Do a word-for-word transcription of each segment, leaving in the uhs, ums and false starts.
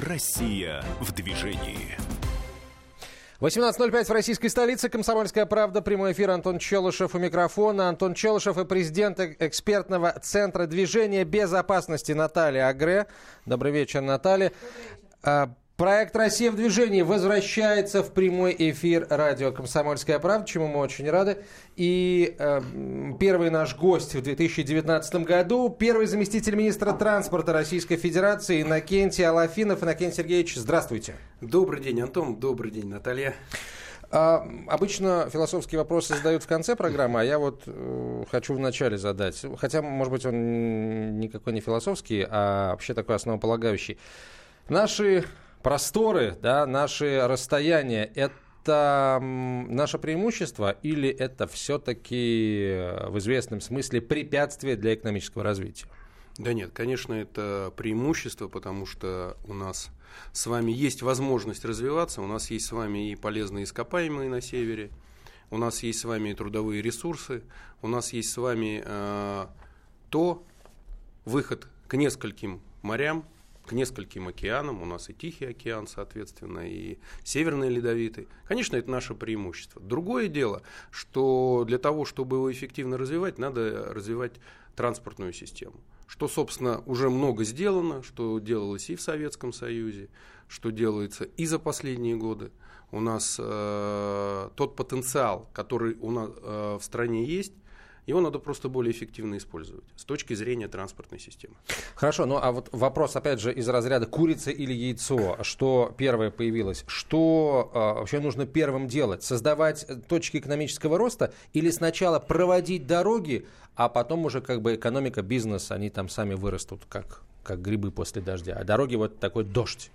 Россия в движении. восемнадцать ноль пять в российской столице. «Комсомольская правда». Прямой эфир. Антон Челышев у микрофона. Антон Челышев и президент экспертного центра движения безопасности Наталья Агре. Добрый вечер, Наталья. Проект «Россия в движении» возвращается в прямой эфир радио «Комсомольская правда», чему мы очень рады. И э, первый наш гость в две тысячи девятнадцатом году, первый заместитель министра транспорта Российской Федерации Иннокентий Алафинов. Иннокентий Сергеевич, здравствуйте. Добрый день, Антон. Добрый день, Наталья. А, обычно философские вопросы задают в конце программы, а я вот э, хочу в начале задать. Хотя, может быть, он никакой не философский, а вообще такой основополагающий. Наши... Просторы, да, наши расстояния – это наше преимущество или это все-таки в известном смысле препятствие для экономического развития? Да нет, конечно, это преимущество, потому что у нас с вами есть возможность развиваться, у нас есть с вами и полезные ископаемые на севере, у нас есть с вами и трудовые ресурсы, у нас есть с вами э, то выход к нескольким морям, к нескольким океанам, у нас и Тихий океан, соответственно, и Северный Ледовитый. Конечно, это наше преимущество. Другое дело, что для того, чтобы его эффективно развивать, надо развивать транспортную систему. Что, собственно, уже много сделано, что делалось и в Советском Союзе, что делается и за последние годы. У нас э, тот потенциал, который у нас э, в стране есть, его надо просто более эффективно использовать с точки зрения транспортной системы. Хорошо, ну а вот вопрос, опять же, из разряда курица или яйцо. Что первое появилось? Что э, вообще нужно первым делать? Создавать точки экономического роста или сначала проводить дороги, а потом уже как бы экономика, бизнес, они там сами вырастут, как, как грибы после дождя. А дороги вот такой дождь.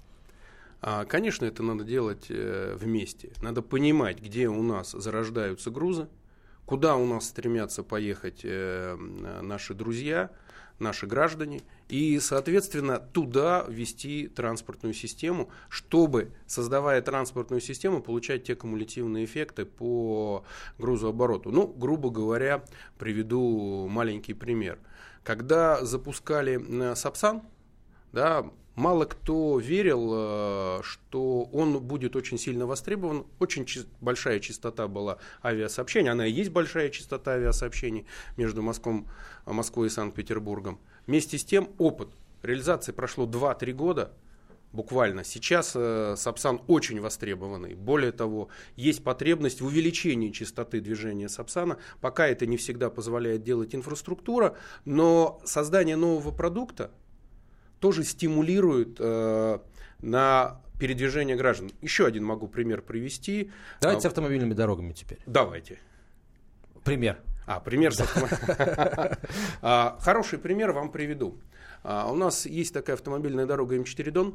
Конечно, это надо делать вместе. Надо понимать, где у нас зарождаются грузы, куда у нас стремятся поехать э, наши друзья, наши граждане, и, соответственно, туда ввести транспортную систему, чтобы, создавая транспортную систему, получать те кумулятивные эффекты по грузообороту. Ну, грубо говоря, приведу маленький пример. Когда запускали Сапсан, да, мало кто верил, что он будет очень сильно востребован. Очень большая частота была авиасообщений. Она и есть большая частота авиасообщений между Москвой, Москвой и Санкт-Петербургом. Вместе с тем опыт реализации прошло два-три года. Буквально. Сейчас э, Сапсан очень востребованный. Более того, есть потребность в увеличении частоты движения Сапсана. Пока это не всегда позволяет делать инфраструктура, но создание нового продукта тоже стимулирует э, на передвижение граждан. Еще один могу пример привести. Давайте а, с автомобильными дорогами теперь. Давайте. Пример. А, пример с автомобильными. Хороший пример вам приведу. У нас есть такая автомобильная дорога эм четыре Дон,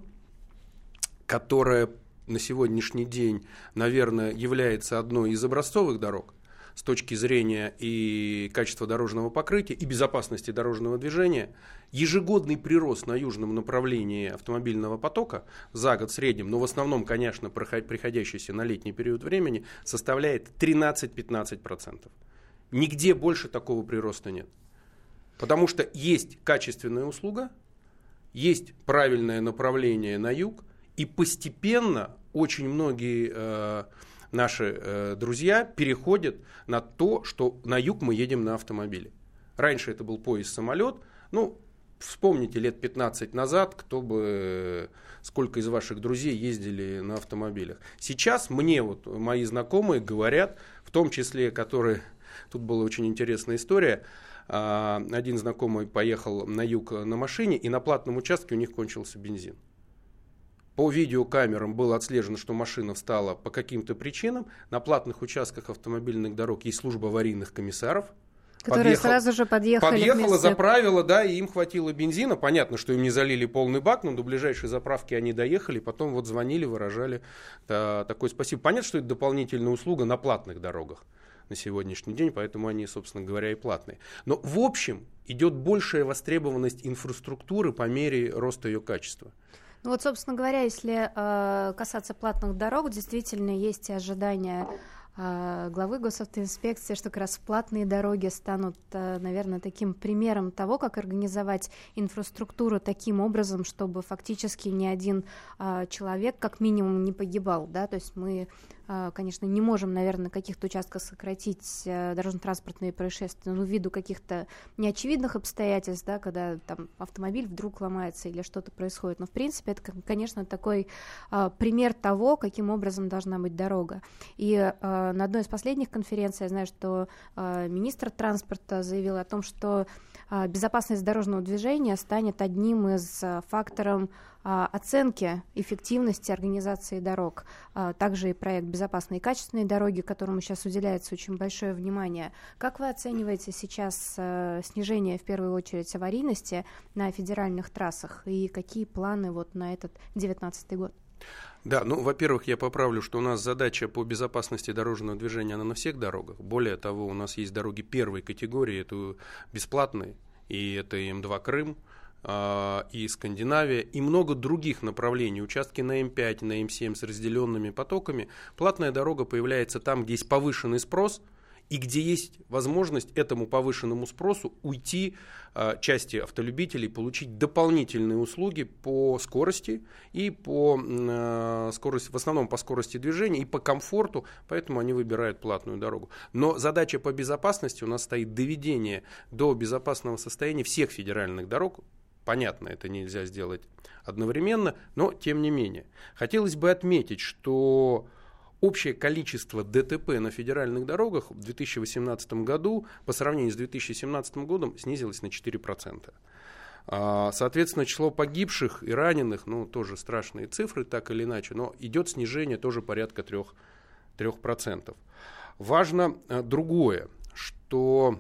которая на сегодняшний день, наверное, является одной из образцовых дорог с точки зрения и качества дорожного покрытия, и безопасности дорожного движения. Ежегодный прирост на южном направлении автомобильного потока за год в среднем, но в основном, конечно, приходящийся на летний период времени, составляет тринадцать-пятнадцать процентов. Нигде больше такого прироста нет. Потому что есть качественная услуга, есть правильное направление на юг, и постепенно очень многие э, наши э, друзья переходят на то, что на юг мы едем на автомобиле. Раньше это был поезд-самолет. Ну, вспомните лет пятнадцать назад, кто бы, сколько из ваших друзей ездили на автомобилях. Сейчас мне вот мои знакомые говорят, в том числе, которые... Тут была очень интересная история. Один знакомый поехал на юг на машине, и на платном участке у них кончился бензин. По видеокамерам было отслежено, что машина встала по каким-то причинам. На платных участках автомобильных дорог есть служба аварийных комиссаров. Которые Подъехал, сразу же подъехали. Подъехала, вместе... заправила, да, и им хватило бензина. Понятно, что им не залили полный бак, но до ближайшей заправки они доехали. Потом вот звонили, выражали да, такое спасибо. Понятно, что это дополнительная услуга на платных дорогах на сегодняшний день, поэтому они, собственно говоря, и платные. Но в общем идет большая востребованность инфраструктуры по мере роста ее качества. Ну вот, собственно говоря, если э, касаться платных дорог, действительно есть ожидания главы госавтоинспекции, что как раз платные дороги станут, наверное, таким примером того, как организовать инфраструктуру таким образом, чтобы фактически ни один человек как минимум не погибал, да, то есть мы, конечно, не можем, наверное, на каких-то участках сократить дорожно-транспортные происшествия, но ввиду каких-то неочевидных обстоятельств, да, когда там автомобиль вдруг ломается или что-то происходит, но в принципе это, конечно, такой пример того, каким образом должна быть дорога. И на одной из последних конференций я знаю, что э, министр транспорта заявил о том, что э, безопасность дорожного движения станет одним из э, факторов э, оценки эффективности организации дорог. Э, также и проект «Безопасные и качественные дороги», которому сейчас уделяется очень большое внимание. Как вы оцениваете сейчас э, снижение, в первую очередь, аварийности на федеральных трассах и какие планы вот на этот две тысячи девятнадцатый год? Да, ну, во-первых, я поправлю, что у нас задача по безопасности дорожного движения, она на всех дорогах. Более того, у нас есть дороги первой категории, это бесплатные, и это Эм два Крым, и Скандинавия, и много других направлений. Участки на Эм пять, на Эм семь с разделенными потоками. Платная дорога появляется там, где есть повышенный спрос, и где есть возможность этому повышенному спросу уйти э, части автолюбителей, получить дополнительные услуги по скорости и по э, скорости, в основном по скорости движения и по комфорту, поэтому они выбирают платную дорогу. Но задача по безопасности у нас стоит доведение до безопасного состояния всех федеральных дорог. Понятно, это нельзя сделать одновременно, но тем не менее. Хотелось бы отметить, что общее количество ДТП на федеральных дорогах в две тысячи восемнадцатом году по сравнению с две тысячи семнадцатым годом снизилось на четыре процента. Соответственно, число погибших и раненых, ну, тоже страшные цифры, так или иначе, но идет снижение тоже порядка трех процентов. Важно другое, что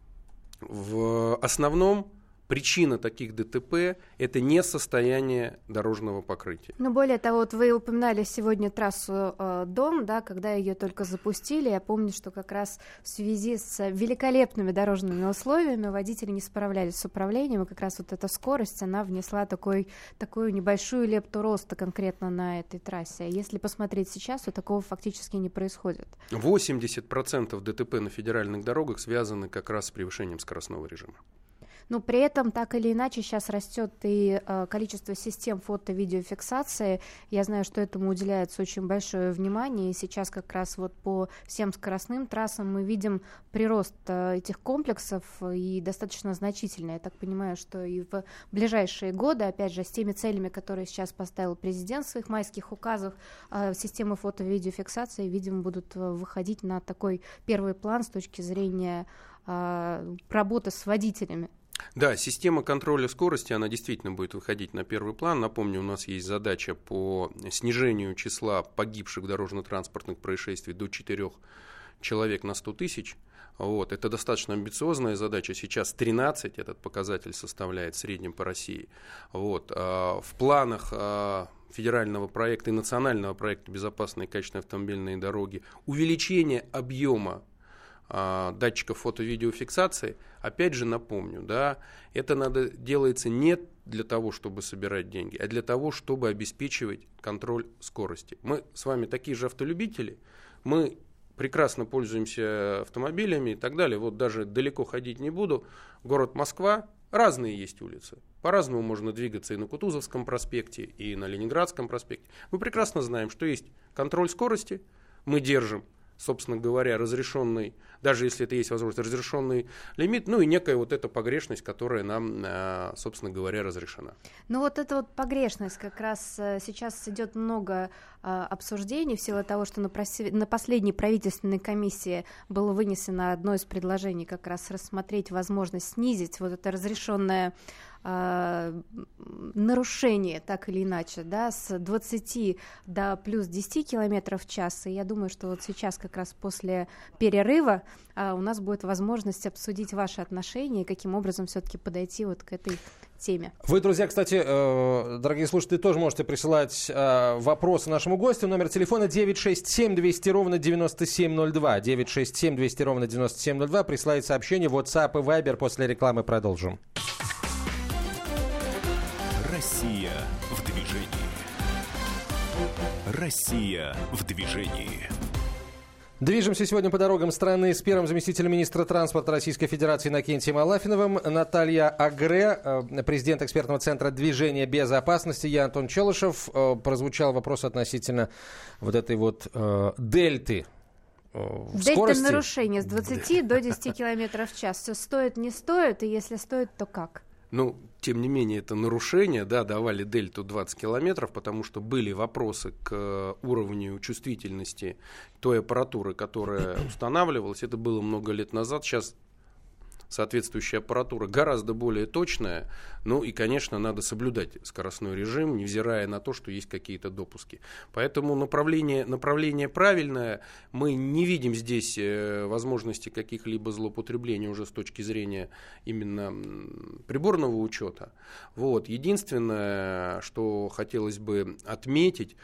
в основном причина таких ДТП – это не состояние дорожного покрытия. Ну, более того, вот вы упоминали сегодня трассу э, Дон, да, когда ее только запустили. Я помню, что как раз в связи с великолепными дорожными условиями водители не справлялись с управлением, и как раз вот эта скорость, она внесла такой, такую небольшую лепту роста конкретно на этой трассе. Если посмотреть сейчас, то такого фактически не происходит. восемьдесят процентов ДТП на федеральных дорогах связаны как раз с превышением скоростного режима. Но при этом так или иначе сейчас растет и э, количество систем фото-видеофиксации. Я знаю, что этому уделяется очень большое внимание. И сейчас как раз вот по всем скоростным трассам мы видим прирост э, этих комплексов и достаточно значительный. Я так понимаю, что и в ближайшие годы, опять же, с теми целями, которые сейчас поставил президент в своих майских указах, э, системы фото-видеофиксации, видимо, будут выходить на такой первый план с точки зрения э, работы с водителями. Да, система контроля скорости, она действительно будет выходить на первый план. Напомню, у нас есть задача по снижению числа погибших в дорожно-транспортных происшествиях до четырех человек на сто тысяч. Вот. Это достаточно амбициозная задача. Сейчас тринадцать этот показатель составляет в среднем по России. Вот. В планах федерального проекта и национального проекта «Безопасные и качественные автомобильные дороги» увеличение объема датчиков фото-видеофиксации, опять же напомню, да, это надо, делается не для того, чтобы собирать деньги, а для того, чтобы обеспечивать контроль скорости. Мы с вами такие же автолюбители, мы прекрасно пользуемся автомобилями и так далее. Вот даже далеко ходить не буду. Город Москва, разные есть улицы. По-разному можно двигаться и на Кутузовском проспекте, и на Ленинградском проспекте. Мы прекрасно знаем, что есть контроль скорости, мы держим, собственно говоря, разрешенный, даже если это есть возможность, разрешенный лимит, ну и некая вот эта погрешность, которая нам, собственно говоря, разрешена. Ну вот эта вот погрешность, как раз сейчас идет много обсуждений в силу того, что на, проси... на последней правительственной комиссии было вынесено одно из предложений как раз рассмотреть возможность снизить вот это разрешенное нарушение, так или иначе, да, с двадцати до плюс десяти километров в час. И я думаю, что вот сейчас как раз после перерыва а, у нас будет возможность обсудить ваши отношения и каким образом все-таки подойти вот к этой теме. Вы, друзья, кстати, э, дорогие слушатели, тоже можете присылать э, вопросы нашему гостю. Номер телефона девять шесть семь двести ровно девяносто семь ноль два. девять шесть семь двести ровно девяносто семь ноль два. Присылайте сообщение в WhatsApp и Viber. После рекламы продолжим. Россия в движении. Россия в движении. Движемся сегодня по дорогам страны с первым заместителем министра транспорта Российской Федерации Иннокентием Алафиновым. Наталья Агре, президент экспертного центра движения безопасности. Я Антон Челышев. Прозвучал вопрос относительно вот этой вот э, дельты. Дельта нарушения с двадцати до десяти километров в час. Все стоит, не стоит, и если стоит, то как? Ну, тем не менее, это нарушение, да, давали дельту двадцать километров, потому что были вопросы к уровню чувствительности той аппаратуры, которая устанавливалась. Это было много лет назад. Сейчас соответствующая аппаратура гораздо более точная. Ну и, конечно, надо соблюдать скоростной режим, невзирая на то, что есть какие-то допуски. Поэтому направление, направление правильное. Мы не видим здесь возможности каких-либо злоупотреблений уже с точки зрения именно приборного учета. Вот. Единственное, что хотелось бы отметить,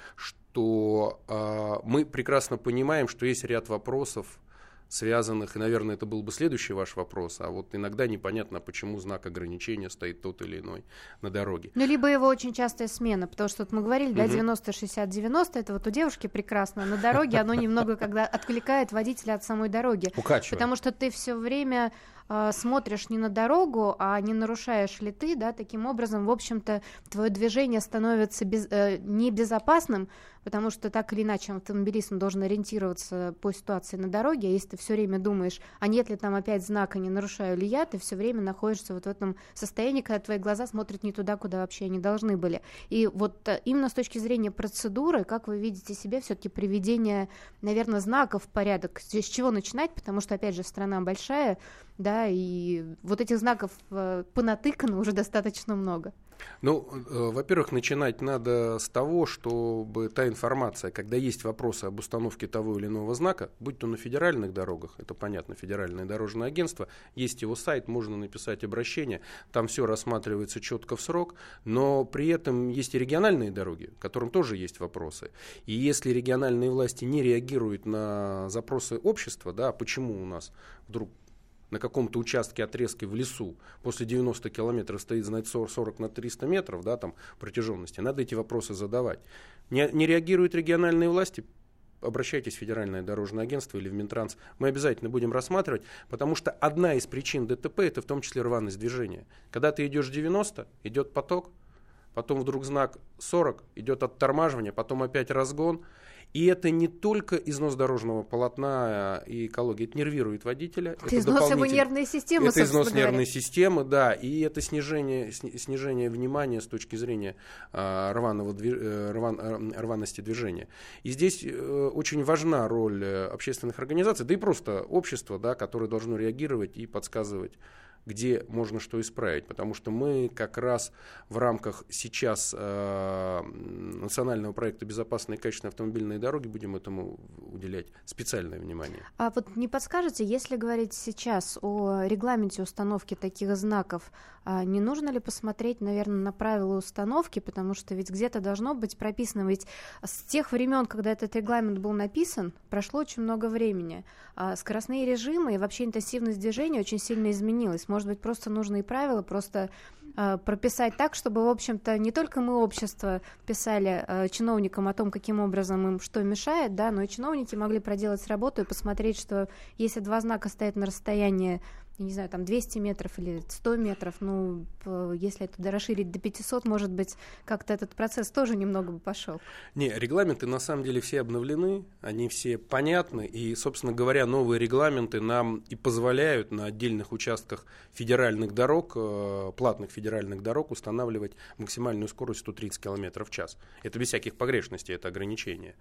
что э, мы прекрасно понимаем, что есть ряд вопросов, связанных, и, наверное, это был бы следующий ваш вопрос, а вот иногда непонятно, почему знак ограничения стоит тот или иной на дороге. Ну, либо его очень частая смена, потому что вот мы говорили, да, девяносто шестьдесят девяносто, это вот у девушки прекрасно, на дороге оно немного когда отвлекает водителя от самой дороги. Укачивает. Потому что ты все время э, смотришь не на дорогу, а не нарушаешь ли ты, да, таким образом, в общем-то, твое движение становится без, э, небезопасным, потому что так или иначе автомобилист должен ориентироваться по ситуации на дороге, а если ты все время думаешь, а нет ли там опять знака, не нарушаю ли я, ты все время находишься вот в этом состоянии, когда твои глаза смотрят не туда, куда вообще они должны были. И вот именно с точки зрения процедуры, как вы видите себе все-таки приведение, наверное, знаков в порядок, с чего начинать, потому что, опять же, страна большая, да, и вот этих знаков понатыкано уже достаточно много. Ну, э, во-первых, начинать надо с того, чтобы та информация, когда есть вопросы об установке того или иного знака, будь то на федеральных дорогах, это понятно, Федеральное дорожное агентство, есть его сайт, можно написать обращение, там все рассматривается четко в срок, но при этом есть и региональные дороги, которым тоже есть вопросы. И если региональные власти не реагируют на запросы общества, да, почему у нас вдруг на каком-то участке отрезки в лесу после девяноста километров стоит знак сорок на триста метров, да, там, протяженности, надо эти вопросы задавать. Не, не реагируют региональные власти, обращайтесь в Федеральное дорожное агентство или в Минтранс. Мы обязательно будем рассматривать, потому что одна из причин ДТП – это в том числе рваность движения. Когда ты идешь девяносто, идет поток, потом вдруг знак сорок, идет оттормаживание, потом опять разгон. И это не только износ дорожного полотна и экологии, это нервирует водителя. Это, это износ его нервной системы, Это износ говоря. нервной системы, да, и это снижение, снижение внимания с точки зрения а, рваного, рван, рваности движения. И здесь а, очень важна роль общественных организаций, да и просто общества, да, которое должно реагировать и подсказывать, где можно что исправить, потому что мы как раз в рамках сейчас э, национального проекта «Безопасные и качественные автомобильные дороги» будем этому уделять специальное внимание. А вот не подскажете, если говорить сейчас о регламенте установки таких знаков, а не нужно ли посмотреть, наверное, на правила установки, потому что ведь где-то должно быть прописано, ведь с тех времен, когда этот регламент был написан, прошло очень много времени, а скоростные режимы и вообще интенсивность движения очень сильно изменилась. Может быть, просто нужны правила, просто э, прописать так, чтобы, в общем-то, не только мы, общество, писали э, чиновникам о том, каким образом им что мешает, да, но и чиновники могли проделать работу и посмотреть, что если два знака стоят на расстоянии, я не знаю, там двести метров или сто метров, ну, если это расширить до пятисот, может быть, как-то этот процесс тоже немного бы пошел. Не, регламенты на самом деле все обновлены, они все понятны, и, собственно говоря, новые регламенты нам и позволяют на отдельных участках федеральных дорог, платных федеральных дорог, устанавливать максимальную скорость сто тридцать километров в час. Это без всяких погрешностей, это ограничение.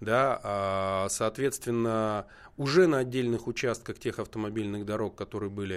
Да, соответственно, уже на отдельных участках тех автомобильных дорог, которые были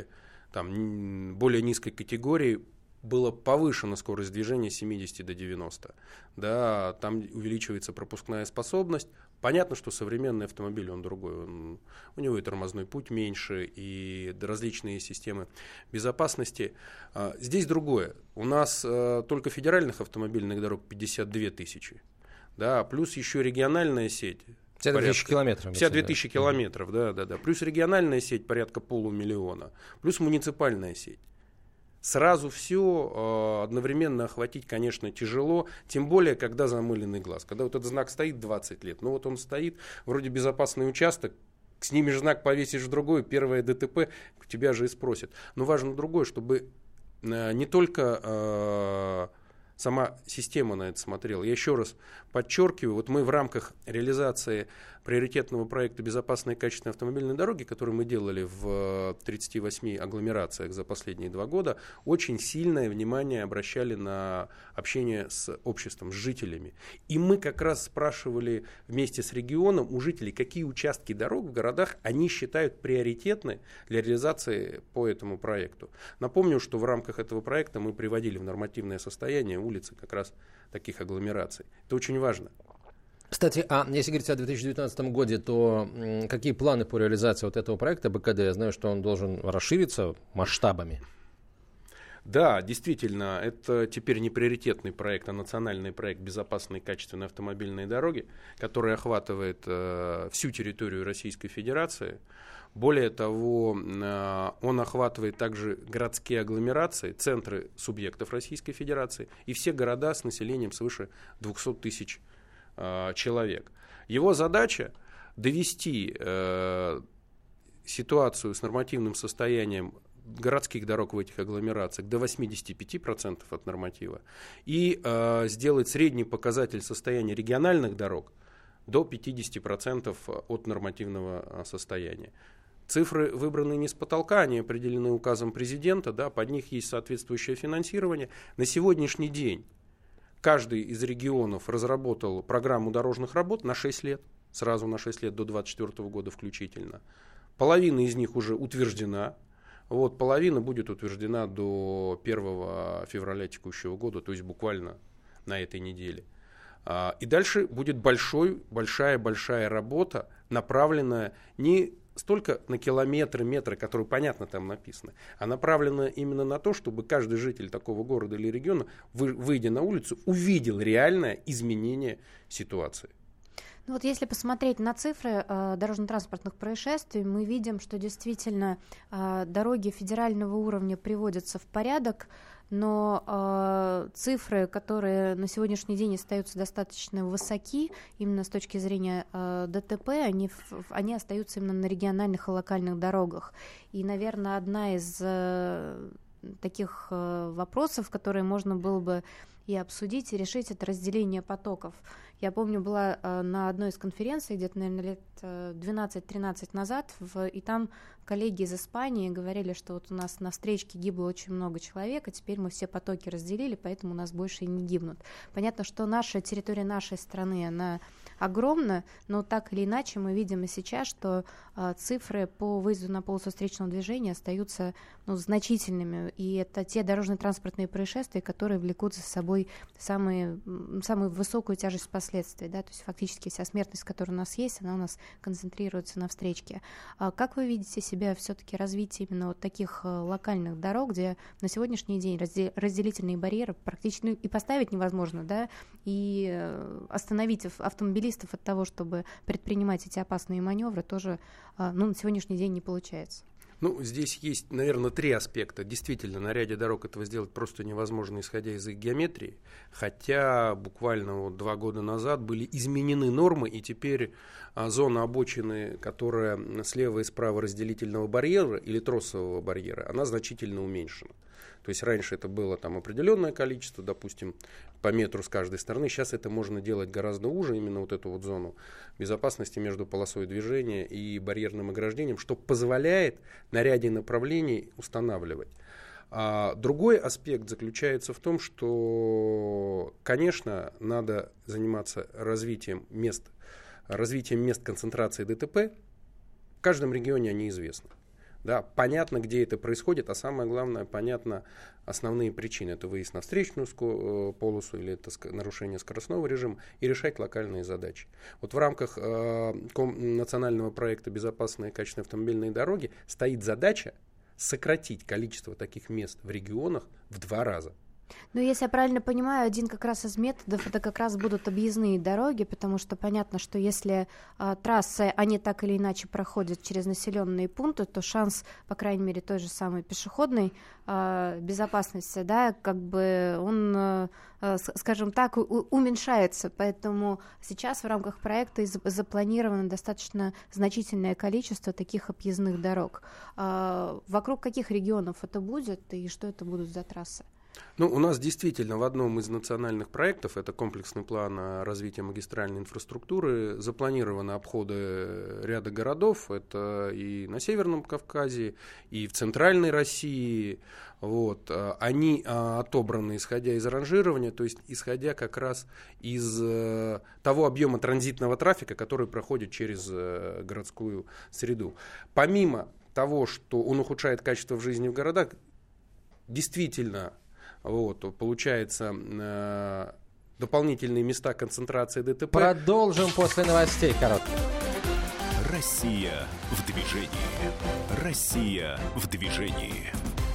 там более низкой категории, была повышена скорость движения с семидесяти до девяноста. Да, там увеличивается пропускная способность. Понятно, что современный автомобиль, он другой. Он, у него и тормозной путь меньше, и различные системы безопасности. А, здесь другое. У нас а, только федеральных автомобильных дорог пятьдесят две тысячи. Да, плюс еще региональная сеть. пятьдесят две тысячи километров. пятьдесят две тысячи километров, да, да, да. Плюс региональная сеть порядка полумиллиона. Плюс муниципальная сеть. Сразу все э, одновременно охватить, конечно, тяжело, тем более, когда замыленный глаз. Когда вот этот знак стоит двадцать лет, ну вот он стоит, вроде безопасный участок, снимешь знак, повесишь другой, первое ДТП, тебя же и спросят. Но важно другое, чтобы не только сама система на это смотрела. Я еще раз подчеркиваю, вот мы в рамках реализации приоритетного проекта «Безопасные и качественные автомобильные дороги», который мы делали в тридцати восьми агломерациях за последние два года, очень сильное внимание обращали на общение с обществом, с жителями. И мы как раз спрашивали вместе с регионом у жителей, какие участки дорог в городах они считают приоритетны для реализации по этому проекту. Напомню, что в рамках этого проекта мы приводили в нормативное состояние улицы как раз таких агломераций. Это очень важно. Кстати, а если говорить о две тысячи девятнадцатом году, то м, какие планы по реализации вот этого проекта БКД? Я знаю, что он должен расшириться масштабами. Да, действительно, это теперь не приоритетный проект, а национальный проект «Безопасные и качественные автомобильные дороги», который охватывает э, всю территорию Российской Федерации. Более того, э, он охватывает также городские агломерации, центры субъектов Российской Федерации и все города с населением свыше двухсот тысяч э, человек. Его задача довести э, ситуацию с нормативным состоянием городских дорог в этих агломерациях до восьмидесяти пяти процентов от норматива и э, сделать средний показатель состояния региональных дорог до пятидесяти процентов от нормативного состояния. Цифры выбраны не с потолка, они определены указом президента, да, под них есть соответствующее финансирование. На сегодняшний день каждый из регионов разработал программу дорожных работ на шесть лет, сразу на шесть лет до двадцать четвёртого года включительно. Половина из них уже утверждена. Вот, половина будет утверждена до первого февраля текущего года, то есть буквально на этой неделе. А, и дальше будет большой, большая-большая работа, направленная не столько на километры, метры, которые, понятно, там написаны, а направленная именно на то, чтобы каждый житель такого города или региона, вы, выйдя на улицу, увидел реальное изменение ситуации. Ну вот если посмотреть на цифры э, дорожно-транспортных происшествий, мы видим, что действительно э, дороги федерального уровня приводятся в порядок, но э, цифры, которые на сегодняшний день остаются достаточно высоки, именно с точки зрения э, ДТП, они, они остаются именно на региональных и локальных дорогах. И, наверное, одна из э, таких э, вопросов, которые можно было бы и обсудить, и решить, это разделение потоков. Я помню, была э, на одной из конференций, где-то, наверное, лет э, двенадцать-тринадцать назад, в, и там коллеги из Испании говорили, что вот у нас на встречке гибло очень много человек, а теперь мы все потоки разделили, поэтому у нас больше и не гибнут. Понятно, что наша территория нашей страны, она огромна, но так или иначе мы видим и сейчас, что э, цифры по выезду на полосу встречного движения остаются ну, значительными, и это те дорожно-транспортные происшествия, которые влекут за собой самые, самую высокую тяжесть последствий, да, то есть фактически вся смертность, которая у нас есть, она у нас концентрируется на встречке. А как вы видите себя все-таки развитие именно вот таких локальных дорог, где на сегодняшний день разделительные барьеры практически ну, и поставить невозможно, да, и остановить автомобилистов от того, чтобы предпринимать эти опасные маневры, тоже ну, на сегодняшний день не получается? Ну, здесь есть, наверное, три аспекта. Действительно, на ряде дорог этого сделать просто невозможно, исходя из их геометрии. Хотя буквально вот два года назад были изменены нормы, и теперь а, зона обочины, которая слева и справа разделительного барьера или тросового барьера, она значительно уменьшена. То есть раньше это было там определенное количество, допустим, по метру с каждой стороны. Сейчас это можно делать гораздо уже, именно вот эту вот зону безопасности между полосой движения и барьерным ограждением, что позволяет на ряде направлений устанавливать. А другой аспект заключается в том, что, конечно, надо заниматься развитием мест, развитием мест концентрации ДТП. В каждом регионе они известны. Да, понятно, где это происходит, а самое главное, понятно основные причины. Это выезд на встречную полосу или это нарушение скоростного режима и решать локальные задачи. Вот в рамках э, национального проекта «Безопасные и качественные автомобильные дороги» стоит задача сократить количество таких мест в регионах в два раза. Ну, если я правильно понимаю, один как раз из методов это как раз будут объездные дороги, потому что понятно, что если а, трассы, они так или иначе проходят через населенные пункты, то шанс, по крайней мере, той же самой пешеходной а, безопасности, да, как бы он, а, скажем так, у- уменьшается. Поэтому сейчас в рамках проекта из- запланировано достаточно значительное количество таких объездных дорог. А, вокруг каких регионов это будет и что это будут за трассы? Ну, у нас действительно в одном из национальных проектов, это комплексный план развития магистральной инфраструктуры, запланированы обходы ряда городов, это и на Северном Кавказе, и в Центральной России. Вот. Они отобраны, исходя из ранжирования, то есть исходя как раз из того объема транзитного трафика, который проходит через городскую среду. Помимо того, что он ухудшает качество жизни в городах, действительно, вот, получается, э, дополнительные места концентрации ДТП. Продолжим после новостей коротких. Россия в движении. Россия в движении.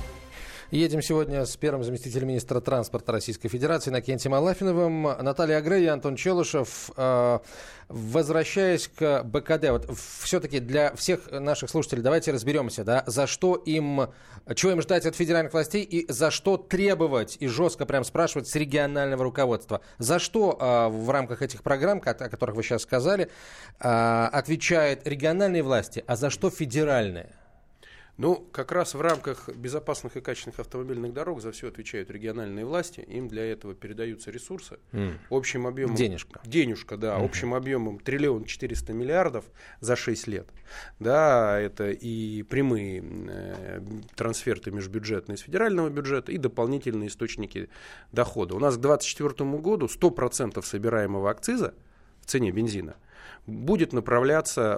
Едем сегодня с первым заместителем министра транспорта Российской Федерации Иннокентием Алафиновым. Наталья Агре и Антон Челышев. Возвращаясь к БКД, вот все-таки для всех наших слушателей давайте разберемся, да, за что им, чего им ждать от федеральных властей и за что требовать и жестко прям спрашивать с регионального руководства. За что в рамках этих программ, о которых вы сейчас сказали, отвечают региональные власти, а за что федеральные? Ну, как раз в рамках безопасных и качественных автомобильных дорог за все отвечают региональные власти. Им для этого передаются ресурсы. Mm. Общим объемом... Денежка. Денежка, да. Mm-hmm. Общим объемом триллион четыреста миллиардов за шесть лет. Да, это и прямые э, трансферты межбюджетные из федерального бюджета, и дополнительные источники дохода. У нас к двадцать четвёртому году сто процентов собираемого акциза в цене бензина будет направляться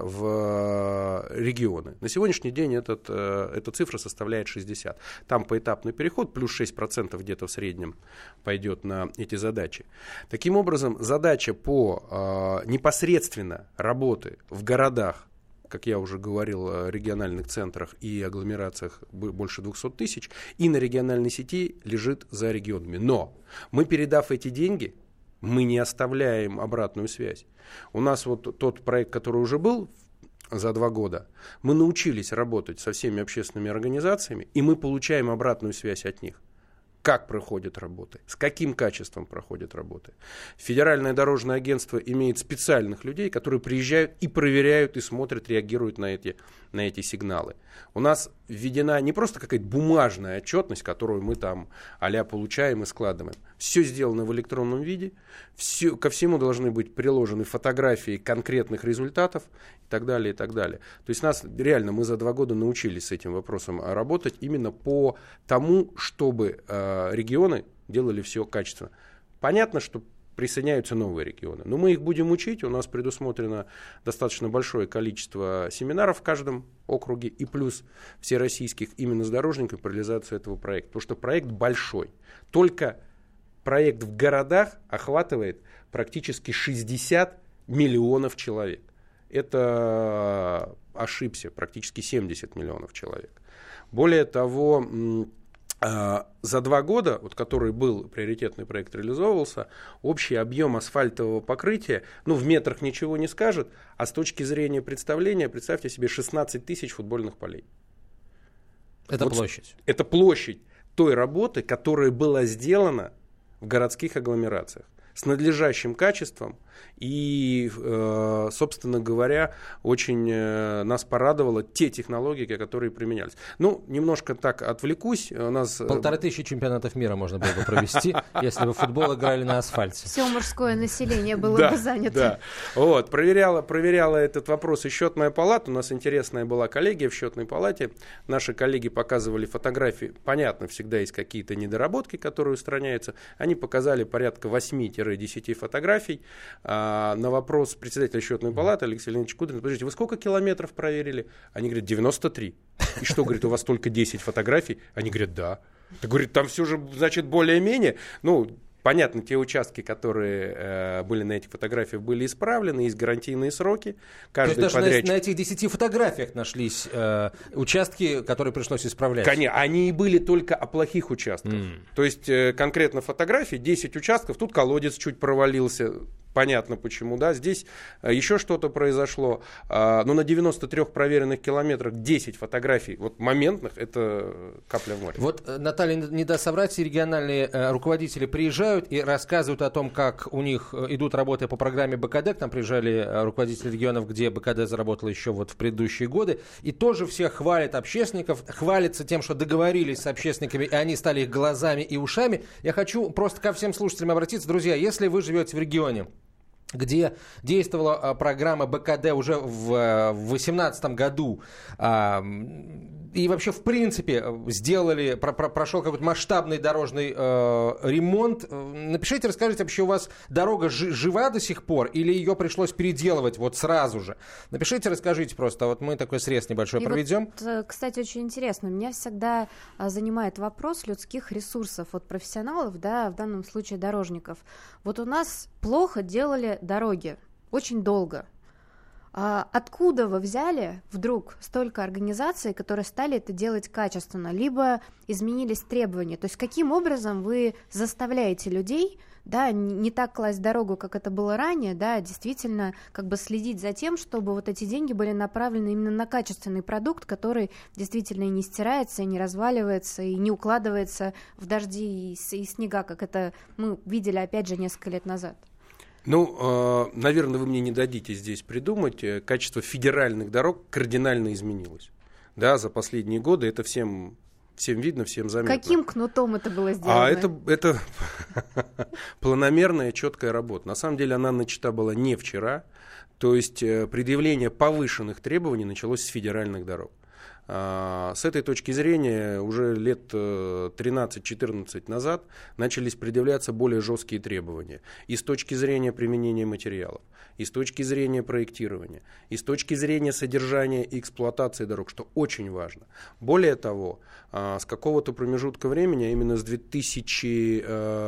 в регионы. На сегодняшний день этот, эта цифра составляет шестьдесят. Там поэтапный переход, плюс шесть процентов где-то в среднем пойдет на эти задачи. Таким образом, задача по непосредственно работы в городах, как я уже говорил, региональных центрах и агломерациях больше двухсот тысяч, и на региональной сети лежит за регионами. Но мы, передав эти деньги, мы не оставляем обратную связь. У нас вот тот проект, который уже был за два года, мы научились работать со всеми общественными организациями, и мы получаем обратную связь от них. Как проходят работы, с каким качеством проходят работы. Федеральное дорожное агентство имеет специальных людей, которые приезжают и проверяют, и смотрят, реагируют на эти, на эти сигналы. У нас введена не просто какая-то бумажная отчетность, которую мы там а-ля получаем и складываем. Все сделано в электронном виде, все, ко всему должны быть приложены фотографии конкретных результатов и так далее, и так далее. То есть нас реально, мы за два года научились с этим вопросом работать именно по тому, чтобы э, регионы делали все качественно. Понятно, что присоединяются новые регионы, но мы их будем учить, у нас предусмотрено достаточно большое количество семинаров в каждом округе и плюс всероссийских именно с дорожниками по реализации этого проекта, потому что проект большой. Только проект в городах охватывает практически шестьдесят миллионов человек. Это ошибся, практически семьдесят миллионов человек. Более того, за два года, вот, который был приоритетный проект, реализовывался, общий объем асфальтового покрытия, ну, в метрах ничего не скажет, а с точки зрения представления, представьте себе, шестнадцать тысяч футбольных полей. Это вот площадь. Это площадь той работы, которая была сделана в городских агломерациях с надлежащим качеством. И, э, собственно говоря, очень э, нас порадовало те технологии, которые применялись. Ну, немножко так отвлекусь. У нас... Полторы тысячи чемпионатов мира можно было бы провести, если бы в футбол играли на асфальте. Все мужское население было бы занято. Да, вот, проверяла, проверяла этот вопрос и счетная палата. У нас интересная была коллегия в счетной палате. Наши коллеги показывали фотографии. Понятно, всегда есть какие-то недоработки, которые устраняются. Они показали порядка восемь-десять фотографий. На вопрос председателя счетной палаты Алексея Леонидовича Кудрина: подождите, вы сколько километров проверили? Они говорят, девяносто три. И что, говорит, у вас только десять фотографий? Они говорят, да. Так, говорит, там все же, значит, более-менее. Ну, Понятно, те участки, которые э, были на этих фотографиях, были исправлены, есть гарантийные сроки. Каждый То есть даже подрядчик... на, на этих десяти фотографиях нашлись э, участки, которые пришлось исправлять? Конечно, они и были только о плохих участках. Mm. То есть э, конкретно фотографии, десять участков, тут колодец чуть провалился. Понятно почему, да, здесь еще что-то произошло, но на девяноста трёх проверенных километрах десять фотографий, вот моментных, это капля в море. Вот, Наталья, не даст соврать, региональные руководители приезжают и рассказывают о том, как у них идут работы по программе БКД, к нам приезжали руководители регионов, где БКД заработал еще вот в предыдущие годы, и тоже все хвалят общественников, хвалятся тем, что договорились с общественниками, и они стали их глазами и ушами. Я хочу просто ко всем слушателям обратиться, друзья, если вы живете в регионе, где действовала а, программа БКД уже в две тысячи восемнадцатом году, а, и вообще, в принципе, сделали, про, про, прошел какой-то масштабный дорожный э, ремонт. Напишите, расскажите, вообще у вас дорога жи- жива до сих пор или ее пришлось переделывать вот сразу же? Напишите, расскажите просто, вот мы такой срез небольшой и проведем. Вот, кстати, очень интересно, меня всегда занимает вопрос людских ресурсов, вот профессионалов, да, в данном случае дорожников. Вот у нас плохо делали дороги, очень долго. А откуда вы взяли вдруг столько организаций, которые стали это делать качественно, либо изменились требования? То есть каким образом вы заставляете людей, да, не так класть дорогу, как это было ранее, да, действительно как бы следить за тем, чтобы вот эти деньги были направлены именно на качественный продукт, который действительно и не стирается, и не разваливается, и не укладывается в дожди и снега, как это мы видели опять же несколько лет назад? Ну, наверное, вы мне не дадите здесь придумать. Качество федеральных дорог кардинально изменилось. Да, за последние годы это всем, всем видно, всем заметно. Каким кнутом это было сделано? А это, это планомерная, четкая работа. На самом деле она начата была не вчера. То есть предъявление повышенных требований началось с федеральных дорог. С этой точки зрения уже лет тринадцать-четырнадцать назад начались предъявляться более жесткие требования. И с точки зрения применения материалов, и с точки зрения проектирования, и с точки зрения содержания и эксплуатации дорог, что очень важно. Более того, с какого-то промежутка времени, а именно с две тысячи,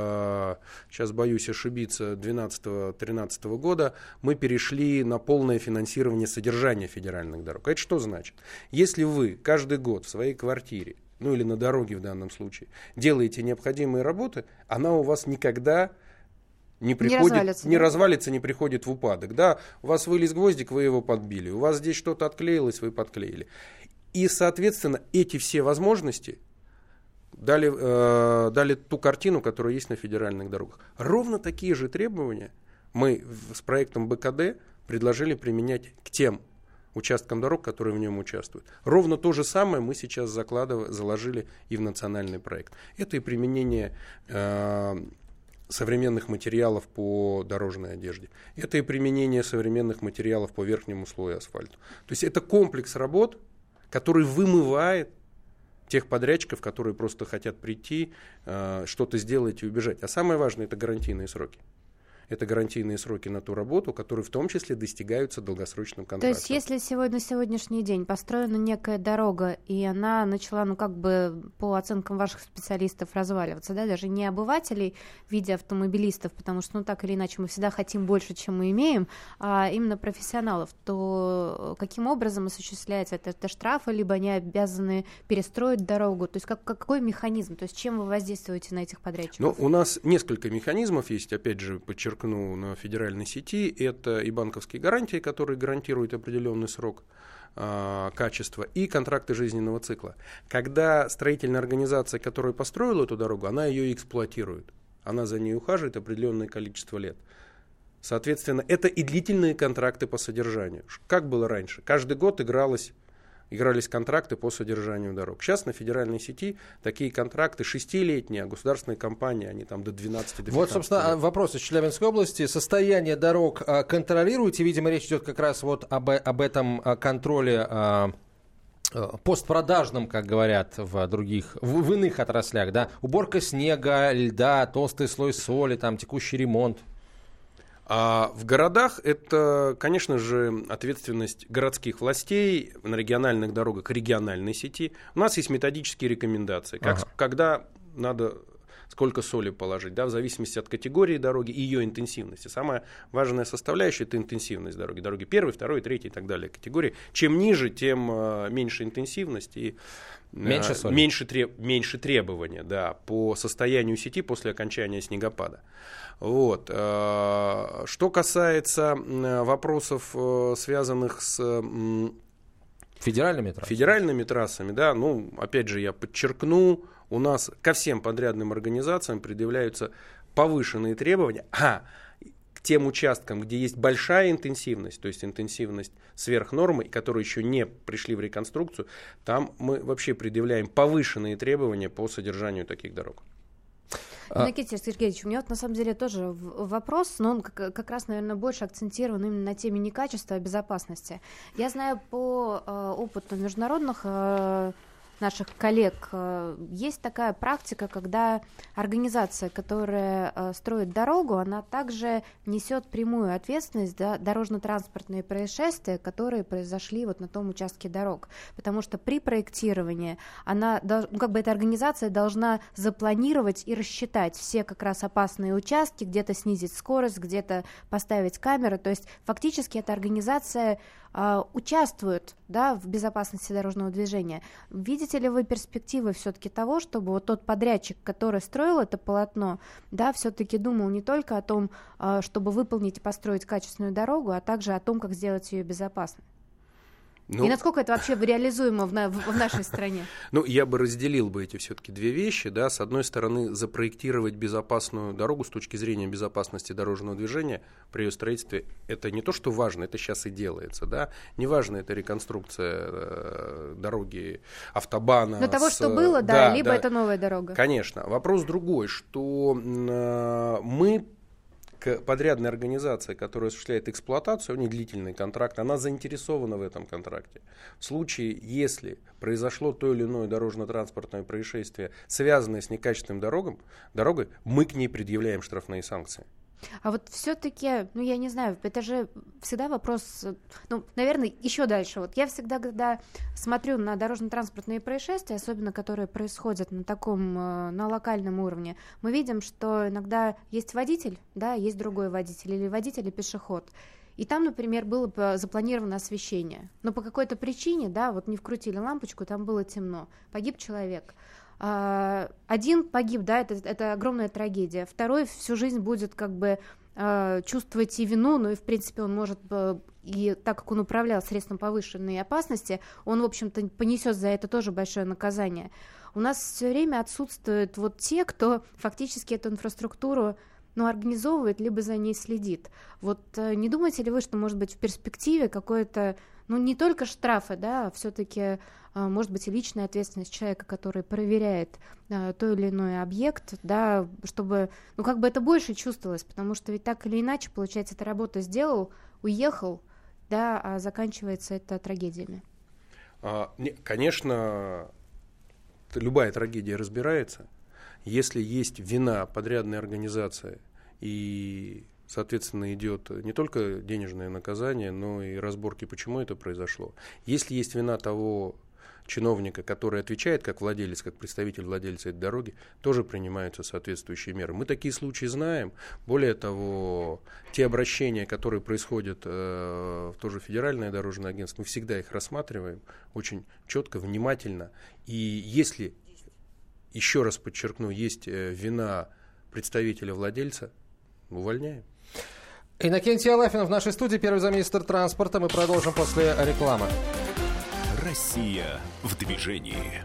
сейчас боюсь ошибиться, двенадцатого-тринадцатого года, мы перешли на полное финансирование содержания федеральных дорог. Это что значит? Если вы каждый год в своей квартире, ну или на дороге в данном случае, делаете необходимые работы, она у вас никогда не приходит, не развалится, не, да? развалится, не приходит в упадок. Да, у вас вылез гвоздик, вы его подбили, у вас здесь что-то отклеилось, вы подклеили. И, соответственно, эти все возможности дали, э, дали ту картину, которая есть на федеральных дорогах. Ровно такие же требования мы с проектом БКД предложили применять к тем участкам дорог, которые в нем участвуют. Ровно то же самое мы сейчас закладывали, заложили и в национальный проект. Это и применение э, современных материалов по дорожной одежде. Это и применение современных материалов по верхнему слою асфальта. То есть это комплекс работ, который вымывает тех подрядчиков, которые просто хотят прийти, э, что-то сделать и убежать. А самое важное – это гарантийные сроки. Это гарантийные сроки на ту работу, которые в том числе достигаются долгосрочным контрактом. То есть, если сегодня, на сегодняшний день построена некая дорога, и она начала, ну, как бы, по оценкам ваших специалистов, разваливаться, да, даже не обывателей в виде автомобилистов, потому что, ну, так или иначе, мы всегда хотим больше, чем мы имеем, а именно профессионалов, то каким образом осуществляется это? Это штрафы, либо они обязаны перестроить дорогу? То есть, как, какой механизм? То есть, чем вы воздействуете на этих подрядчиков? Ну, у нас несколько механизмов есть, опять же, подчеркну, на федеральной сети. Это и банковские гарантии, которые гарантируют определенный срок э, качества, и контракты жизненного цикла. Когда строительная организация, которая построила эту дорогу, она ее эксплуатирует. Она за ней ухаживает определенное количество лет. Соответственно, это и длительные контракты по содержанию. Как было раньше? Каждый год игралось Игрались контракты по содержанию дорог. Сейчас на федеральной сети такие контракты шестилетние, а государственные компании, они там до двенадцати, до пятнадцати Вот, собственно, лет. Вопрос из Челябинской области. Состояние дорог контролируете? Видимо, речь идет как раз вот об, об этом контроле постпродажном, как говорят в других, в, в иных отраслях. Да? Уборка снега, льда, толстый слой соли, там, текущий ремонт. А в городах это, конечно же, ответственность городских властей, на региональных дорогах региональной сети. У нас есть методические рекомендации, как, ага. когда надо сколько соли положить, да, в зависимости от категории дороги и ее интенсивности. Самая важная составляющая – это интенсивность дороги. Дороги первой, второй, третьей и так далее категории. Чем ниже, тем э, меньше интенсивность и меньше, э, меньше, треб, меньше требования, да, по состоянию сети после окончания снегопада. Вот. Что касается вопросов, связанных с федеральными трассами, федеральными трассами, да, ну, опять же, я подчеркну, у нас ко всем подрядным организациям предъявляются повышенные требования, а к тем участкам, где есть большая интенсивность, то есть интенсивность сверх нормы, которые еще не пришли в реконструкцию, там мы вообще предъявляем повышенные требования по содержанию таких дорог. Никита Сергеевич, у меня вот на самом деле тоже вопрос, но он как, как раз, наверное, больше акцентирован именно на теме не качества, а безопасности. Я знаю по э, опыту международных э, наших коллег, э, есть такая практика, когда организация, которая э, строит дорогу, она также несет прямую ответственность за дорожно-транспортные происшествия, которые произошли вот на том участке дорог. Потому что при проектировании она, ну, как бы эта организация должна запланировать и рассчитать все как раз опасные участки, где-то снизить скорость, где-то поставить камеры. То есть фактически эта организация э, участвует, да, в безопасности дорожного движения. Видите ли вы перспективы все-таки того, чтобы вот тот подрядчик, который строил это полотно, да, все-таки думал не только о том, э, чтобы выполнить и построить качественную дорогу, а также о том, как сделать ее безопасной? Ну, и насколько это вообще реализуемо в, на, в, в нашей стране? Ну, я бы разделил бы эти все-таки две вещи. Да. С одной стороны, запроектировать безопасную дорогу с точки зрения безопасности дорожного движения при ее строительстве, это не то, что важно, это сейчас и делается. Да. Неважно, это реконструкция э, дороги, автобана. Но с, того, что было, да, да либо да, это новая дорога. Конечно. Вопрос другой, что э, мы... подрядная организация, которая осуществляет эксплуатацию, у нее длительный контракт, она заинтересована в этом контракте. В случае, если произошло то или иное дорожно-транспортное происшествие, связанное с некачественным дорогом, дорогой, мы к ней предъявляем штрафные санкции. А вот все-таки, ну я не знаю, это же всегда вопрос, ну, наверное, еще дальше. Вот я всегда, когда смотрю на дорожно-транспортные происшествия, особенно которые происходят на таком, на локальном уровне, мы видим, что иногда есть водитель, да, есть другой водитель, или водитель и пешеход. И там, например, было запланировано освещение. Но по какой-то причине, да, вот не вкрутили лампочку, там было темно. Погиб человек. Один погиб, да, это, это огромная трагедия. Второй всю жизнь будет как бы чувствовать и вину, но и, в принципе, он может, и так как он управлял средством повышенной опасности, он, в общем-то, понесет за это тоже большое наказание. У нас все время отсутствуют вот те, кто фактически эту инфраструктуру, ну, организовывает, либо за ней следит. Вот не думаете ли вы, что, может быть, в перспективе какое-то, ну, не только штрафы, да, а все-таки, может быть, и личная ответственность человека, который проверяет а, то или иной объект, да, чтобы, ну, как бы это больше чувствовалось, потому что ведь так или иначе, получается, эта работа сделал, уехал, да, а заканчивается это трагедиями. А, не, конечно, любая трагедия разбирается. Если есть вина подрядной организации и, соответственно, идет не только денежное наказание, но и разборки, почему это произошло. Если есть вина того чиновника, который отвечает как владелец, как представитель владельца этой дороги, тоже принимаются соответствующие меры. Мы такие случаи знаем. Более того, те обращения, которые происходят э, в то же федеральное дорожное агентство, мы всегда их рассматриваем очень четко, внимательно. И если, еще раз подчеркну, есть э, вина представителя владельца, увольняем. Иннокентий Алафинов в нашей студии, первый замминистра транспорта. Мы продолжим после рекламы. Россия в движении.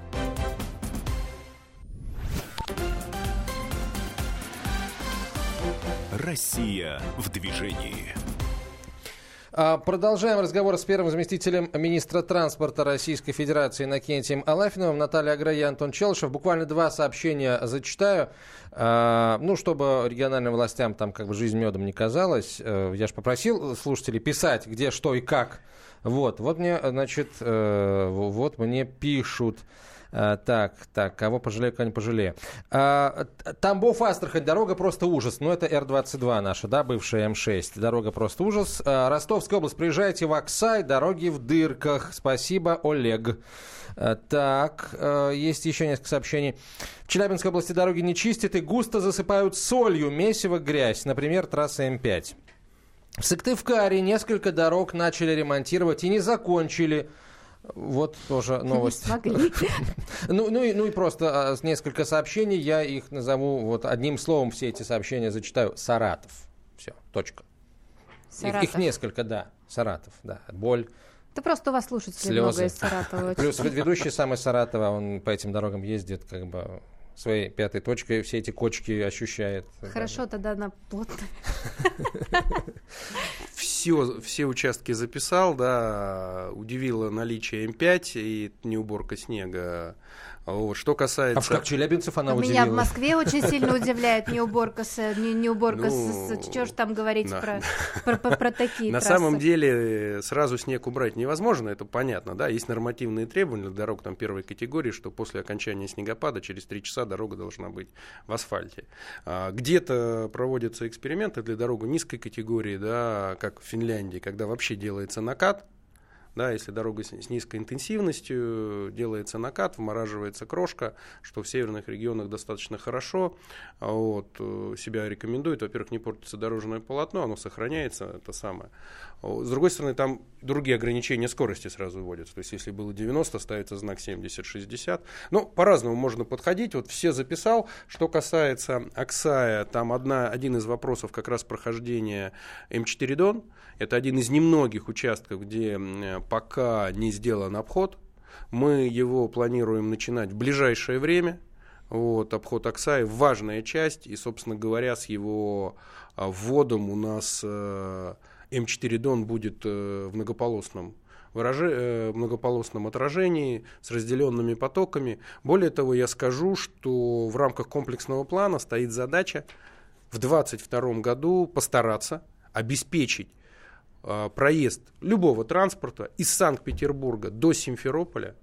Россия в движении. Продолжаем разговор с первым заместителем министра транспорта Российской Федерации Иннокентием Алафиновым. Наталья Агре и Антон Челышев. Буквально два сообщения зачитаю. Ну, чтобы региональным властям там как бы жизнь медом не казалась. Я же попросил слушателей писать, где, что и как. Вот, вот мне, значит, вот мне пишут. А, так, так, кого пожалею, кого не пожалею. А, Тамбов-Астрахань, дорога просто ужас. Ну, это Эр двадцать два наша, да, бывшая Эм шесть. Дорога просто ужас. А, Ростовская область, приезжайте в Аксай, дороги в дырках. Спасибо, Олег. А, так, а, есть еще несколько сообщений. В Челябинской области дороги не чистят и густо засыпают солью, месиво, грязь. Например, трасса Эм пять. В Сыктывкаре несколько дорог начали ремонтировать и не закончили. Вот тоже новость. ну, ну, и, ну и просто а, несколько сообщений. Я их назову вот одним словом. Все эти сообщения зачитаю. Саратов. Все, точка. Их, их несколько, да. Саратов, да. Боль. Это просто у вас слушателей много из Саратова. Плюс ведущий сам из Саратова, он по этим дорогам ездит, как бы своей пятой точкой все эти кочки ощущает. Хорошо, тогда она плотная. Все, все участки записал, да, удивило наличие Эм пять и не уборка снега. Вот. Что касается... А как челябинцев она а удивила? Меня в Москве очень сильно удивляет не уборка с... Не, не уборка ну, с... Что же там говорить на... про, про, про, про такие На трассы? самом деле сразу снег убрать невозможно, это понятно, да, есть нормативные требования для дорог там первой категории, что после окончания снегопада через три часа дорога должна быть в асфальте. А, где-то проводятся эксперименты для дорог низкой категории, да, как в Финляндии, когда вообще делается накат. Да, если дорога с низкой интенсивностью, делается накат, вмораживается крошка, что в северных регионах достаточно хорошо. Вот, себя рекомендует. Во-первых, не портится дорожное полотно, оно сохраняется, это самое. С другой стороны, там другие ограничения скорости сразу вводятся. То есть, если было девяносто, ставится знак семьдесят шестьдесят. Ну, по-разному можно подходить. Вот все записал. Что касается Аксая, там одна, один из вопросов как раз прохождения Эм четыре Дон. Это один из немногих участков, где пока не сделан обход. Мы его планируем начинать в ближайшее время. Вот, обход Аксая важная часть. И, собственно говоря, с его вводом у нас Эм четыре Дон будет в многополосном, выражи, многополосном отражении с разделенными потоками. Более того, я скажу, что в рамках комплексного плана стоит задача в двадцать втором году постараться обеспечить проезд любого транспорта из Санкт-Петербурга до Симферополя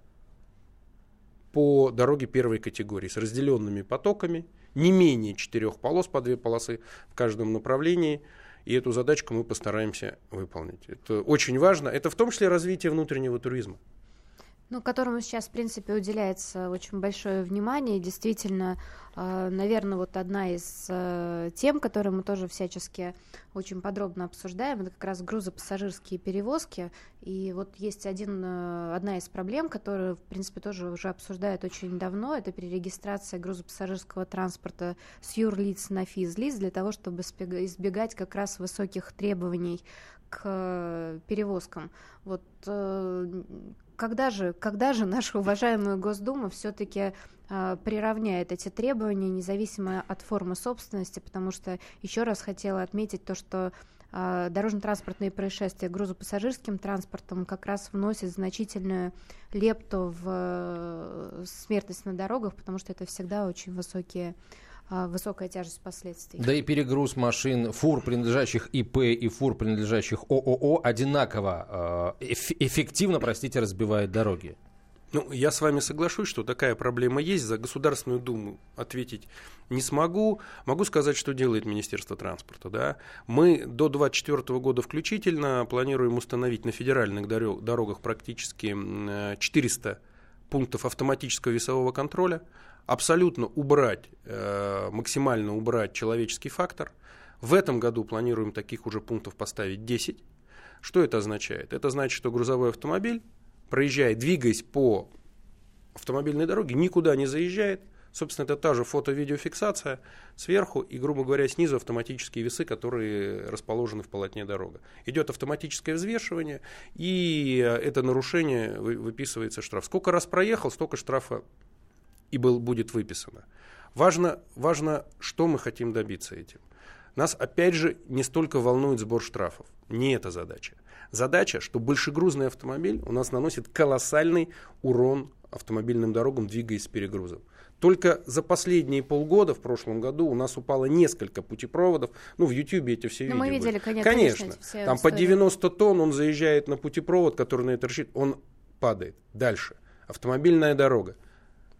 по дороге первой категории с разделенными потоками, не менее четырех полос, по две полосы в каждом направлении. И эту задачку мы постараемся выполнить. Это очень важно. Это в том числе развитие внутреннего туризма. Ну, которому сейчас, в принципе, уделяется очень большое внимание. И действительно, наверное, вот одна из тем, которые мы тоже всячески очень подробно обсуждаем, это как раз грузопассажирские перевозки. И вот есть один, одна из проблем, которую, в принципе, тоже уже обсуждают очень давно, это перерегистрация грузопассажирского транспорта с юрлиц на физлиц для того, чтобы избегать как раз высоких требований к перевозкам. Вот когда же, когда же наша уважаемая Госдума все-таки э, приравняет эти требования, независимо от формы собственности, потому что еще раз хотела отметить то, что э, дорожно-транспортные происшествия грузопассажирским транспортом как раз вносят значительную лепту в э, смертность на дорогах, потому что это всегда очень высокие высокая тяжесть последствий. Да и перегруз машин, фур, принадлежащих И П, и фур, принадлежащих О О О, одинаково э, эффективно, простите, разбивает дороги. Ну, я с вами соглашусь, что такая проблема есть. За Государственную Думу ответить не смогу. Могу сказать, что делает Министерство транспорта. Да? Мы до двадцать четвёртого года включительно планируем установить на федеральных дорогах практически четыреста пунктов автоматического весового контроля. Абсолютно убрать, э, максимально убрать человеческий фактор. В этом году планируем таких уже пунктов поставить десять. Что это означает? Это значит, что грузовой автомобиль, проезжая, двигаясь по автомобильной дороге, никуда не заезжает. Собственно, это та же фото-видеофиксация сверху и, грубо говоря, снизу автоматические весы, которые расположены в полотне дороги. Идет автоматическое взвешивание, и это нарушение выписывается штраф. Сколько раз проехал, столько штрафа и был, будет выписано. Важно, важно, что мы хотим добиться этим. Нас, опять же, не столько волнует сбор штрафов. Не эта задача. Задача, что большегрузный автомобиль у нас наносит колоссальный урон автомобильным дорогам, двигаясь с перегрузом. Только за последние полгода, в прошлом году, у нас упало несколько путепроводов. Ну, в Ютьюбе эти все видео. Мы видели, конечно. Конечно. Все там истории. по девяносто тонн он заезжает на путепровод, который на это рассчитан, он падает. Дальше. Автомобильная дорога.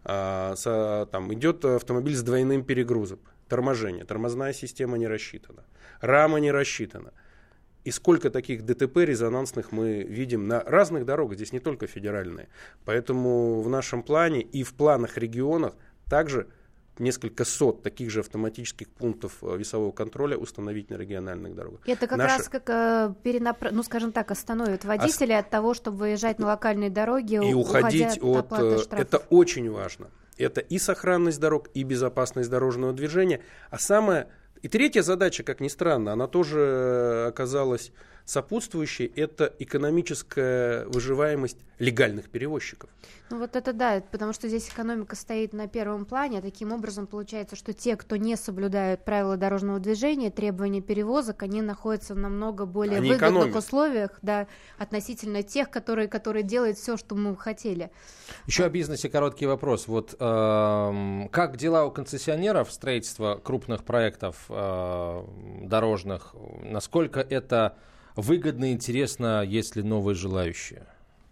А, со, там идет автомобиль с двойным перегрузом, торможение, тормозная система не рассчитана, рама не рассчитана. И сколько таких ДТП резонансных мы видим на разных дорогах, здесь не только федеральные. Поэтому в нашем плане и в планах регионах также несколько сот таких же автоматических пунктов весового контроля установить на региональных дорогах. Это как Наши... раз как э, перенапра... ну, скажем так, остановит водителей Ос... от того, чтобы выезжать на локальные дороги и уходить от... от... Это очень важно. Это и сохранность дорог, и безопасность дорожного движения. А самое... И третья задача, как ни странно, она тоже оказалась сопутствующей, это экономическая выживаемость легальных перевозчиков. Ну вот это да, потому что здесь экономика стоит на первом плане, а таким образом получается, что те, кто не соблюдают правила дорожного движения, требования перевозок, они находятся в намного более они выгодных экономят. условиях, да, относительно тех, которые, которые делают все, что мы хотели. Еще о бизнесе короткий вопрос. Вот э, как дела у концессионеров строительства крупных проектов э, дорожных? Насколько это выгодно и интересно, если новые желающие?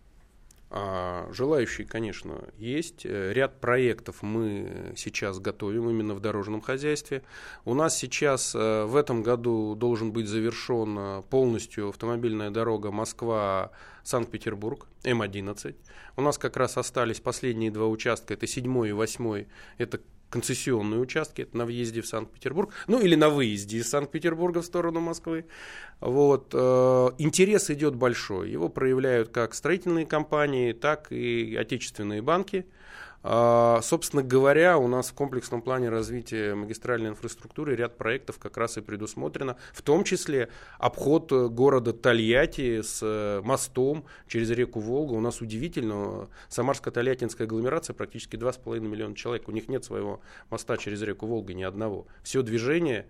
А, желающие, конечно, есть. Ряд проектов мы сейчас готовим именно в дорожном хозяйстве. У нас сейчас в этом году должен быть завершен полностью автомобильная дорога Москва-Санкт-Петербург, эм одиннадцать. У нас как раз остались последние два участка, это седьмой и восьмой, это концессионные участки, это на въезде в Санкт-Петербург, ну или на выезде из Санкт-Петербурга в сторону Москвы. Вот. Интерес идет большой, его проявляют как строительные компании, так и отечественные банки. Собственно говоря, у нас в комплексном плане развития магистральной инфраструктуры ряд проектов как раз и предусмотрено, в том числе обход города Тольятти с мостом через реку Волгу. У нас удивительно, Самарско-Тольяттинская агломерация практически два с половиной миллиона человек, у них нет своего моста через реку Волгу ни одного. Все движение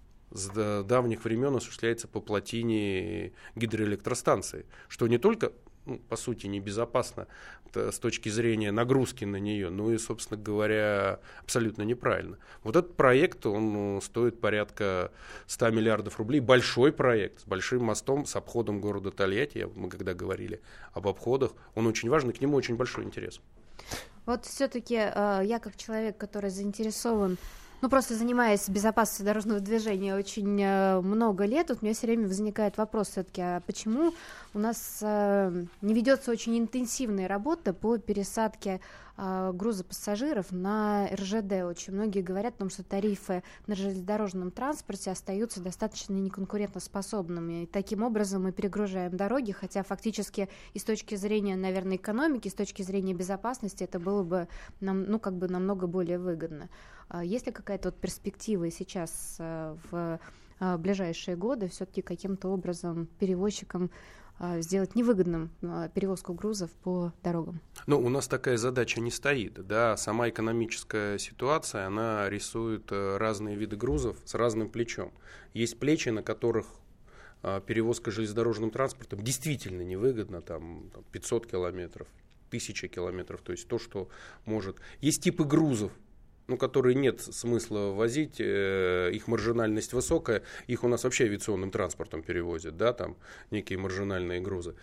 с давних времен осуществляется по плотине гидроэлектростанции, что не только, ну, по сути, небезопасно с точки зрения нагрузки на нее, ну и, собственно говоря, абсолютно неправильно. Вот этот проект, он ну, стоит порядка ста миллиардов рублей. Большой проект с большим мостом, с обходом города Тольятти. Мы когда говорили об обходах, он очень важный, к нему очень большой интерес. Вот все-таки э, я как человек, который заинтересован, ну, просто занимаясь безопасностью дорожного движения очень э, много лет, вот у меня все время возникает вопрос все-таки, а почему у нас э, не ведется очень интенсивная работа по пересадке э, груза пассажиров на эр жэ дэ? Очень многие говорят о том, что тарифы на железнодорожном транспорте остаются достаточно неконкурентоспособными. И таким образом мы перегружаем дороги, хотя фактически и с точки зрения, наверное, экономики, и с точки зрения безопасности это было бы нам, ну, как бы намного более выгодно. Есть ли какая-то вот перспектива сейчас в ближайшие годы все-таки каким-то образом перевозчикам сделать невыгодным перевозку грузов по дорогам? Ну, у нас такая задача не стоит, да, сама экономическая ситуация, она рисует разные виды грузов с разным плечом. Есть плечи, на которых перевозка железнодорожным транспортом действительно невыгодна, там пятьсот километров, тысяча километров, то есть то, что может. Есть типы грузов, ну, которые нет смысла возить, э, их маржинальность высокая, их у нас вообще авиационным транспортом перевозят, да, там некие маржинальные грузы.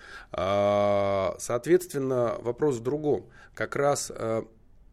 А, соответственно, вопрос в другом. Как раз а,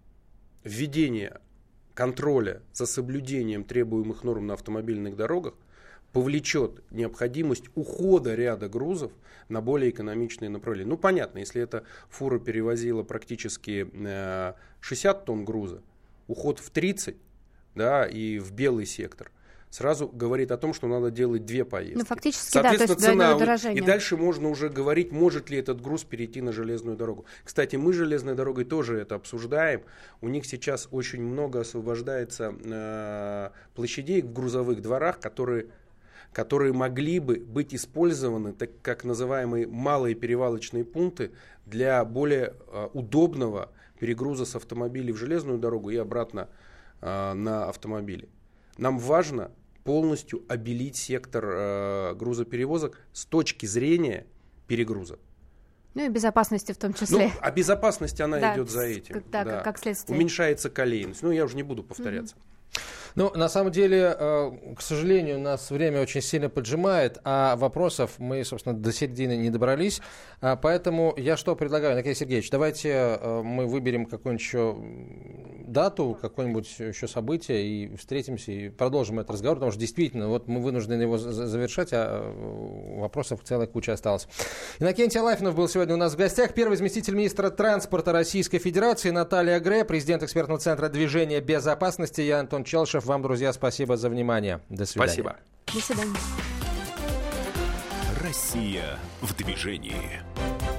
введение контроля за соблюдением требуемых норм на автомобильных дорогах повлечет необходимость ухода ряда грузов на более экономичные направления. Ну, понятно, если эта фура перевозила практически э, шестьдесят тонн груза, уход в тридцать, да, и в белый сектор, сразу говорит о том, что надо делать две поездки. Ну, фактически, да, то есть цена, удорожание. И дальше можно уже говорить, может ли этот груз перейти на железную дорогу. Кстати, мы с железной дорогой тоже это обсуждаем. У них сейчас очень много освобождается э, площадей в грузовых дворах, которые, которые могли бы быть использованы, так как называемые малые перевалочные пункты, для более э, удобного перегруза с автомобилей в железную дорогу и обратно э, на автомобили. Нам важно полностью обелить сектор э, грузоперевозок с точки зрения перегруза. Ну и безопасности в том числе. Ну, а безопасность, она да, идет за этим. Как, да, да. Как, как следствие. Уменьшается колейность. Ну, я уже не буду повторяться. Mm-hmm. Ну, на самом деле, к сожалению, у нас время очень сильно поджимает, а вопросов мы, собственно, до середины не добрались. Поэтому я что предлагаю, Николай Сергеевич, давайте мы выберем какую-нибудь еще дату, какое-нибудь еще событие и встретимся и продолжим этот разговор, потому что действительно, вот мы вынуждены его завершать, а вопросов целая куча осталась. Иннокентий Алафинов был сегодня у нас в гостях. Первый заместитель министра транспорта Российской Федерации Наталья Гре, президент экспертного центра движения безопасности. Я Антон Челышев. Вам, друзья, спасибо за внимание. До свидания. Спасибо. До свидания. Россия в движении.